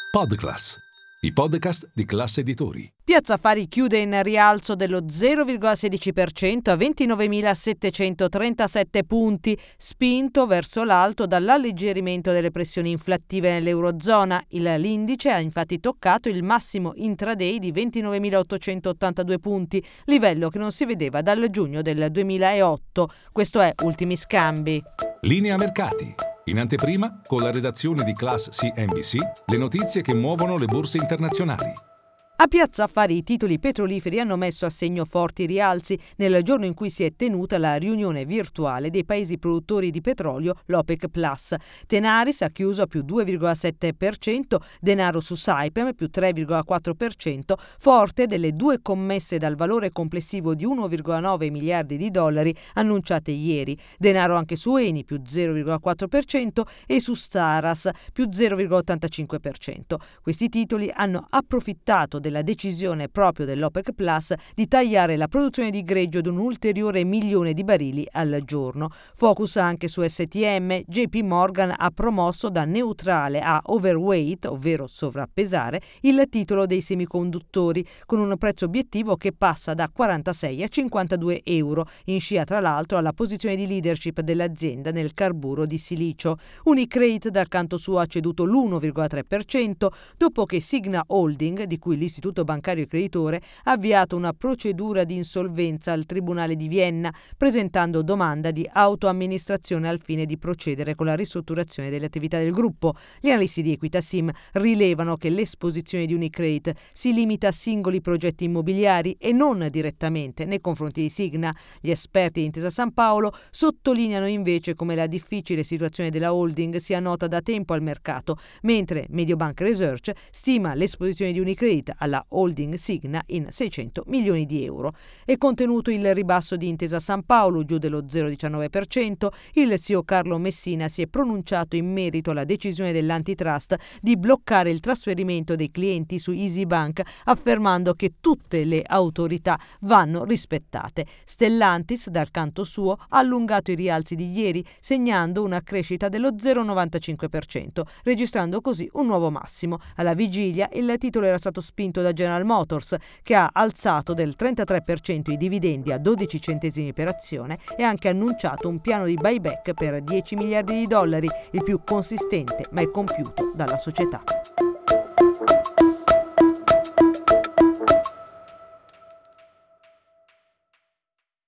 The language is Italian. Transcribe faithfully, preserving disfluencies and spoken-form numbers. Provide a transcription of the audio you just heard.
Podclass, i podcast di Class Editori. Piazza Affari chiude in rialzo dello zero virgola sedici per cento a ventinovemilasettecentotrentasette punti, spinto verso l'alto dall'alleggerimento delle pressioni inflattive nell'Eurozona. Il, l'indice ha infatti toccato il massimo intraday di ventinovemilaottocentottantadue punti, livello che non si vedeva dal giugno del duemilaotto. Questo è Ultimi Scambi. Linea mercati. In anteprima, con la redazione di Class C N B C, le notizie che muovono le borse internazionali. A Piazza Affari i titoli petroliferi hanno messo a segno forti rialzi nel giorno in cui si è tenuta la riunione virtuale dei paesi produttori di petrolio, l'OPEC Plus. Tenaris ha chiuso a più due virgola sette per cento, denaro su Saipem più tre virgola quattro per cento, forte delle due commesse dal valore complessivo di uno virgola nove miliardi di dollari annunciate ieri. Denaro anche su Eni più zero virgola quattro per cento e su Saras più zero virgola ottantacinque per cento. Questi titoli hanno approfittato del la decisione proprio dell'OPEC Plus di tagliare la produzione di greggio ad un ulteriore milione di barili al giorno. Focus anche su S T M. J P Morgan ha promosso da neutrale a overweight, ovvero sovrappesare, il titolo dei semiconduttori, con un prezzo obiettivo che passa da quarantasei a cinquantadue euro, in scia tra l'altro alla posizione di leadership dell'azienda nel carburo di silicio. Unicredit dal canto suo ha ceduto l'uno virgola tre per cento dopo che Signa Holding, di cui l'istituto bancario creditore, ha avviato una procedura di insolvenza al Tribunale di Vienna, presentando domanda di autoamministrazione al fine di procedere con la ristrutturazione delle attività del gruppo. Gli analisti di Equitasim rilevano che l'esposizione di Unicredit si limita a singoli progetti immobiliari e non direttamente nei confronti di Signa. Gli esperti di Intesa Sanpaolo sottolineano invece come la difficile situazione della holding sia nota da tempo al mercato, mentre Mediobanca Research stima l'esposizione di Unicredit alla holding Signa in seicento milioni di euro. È contenuto il ribasso di Intesa Sanpaolo giù dello zero virgola diciannove per cento. Il C E O Carlo Messina si è pronunciato in merito alla decisione dell'antitrust di bloccare il trasferimento dei clienti su EasyBank, affermando che tutte le autorità vanno rispettate. Stellantis dal canto suo ha allungato i rialzi di ieri, segnando una crescita dello zero virgola novantacinque per cento, registrando così un nuovo massimo. Alla vigilia il titolo era stato spinto da General Motors, che ha alzato del trentatré per cento i dividendi a dodici centesimi per azione e ha anche annunciato un piano di buyback per dieci miliardi di dollari, il più consistente mai compiuto dalla società.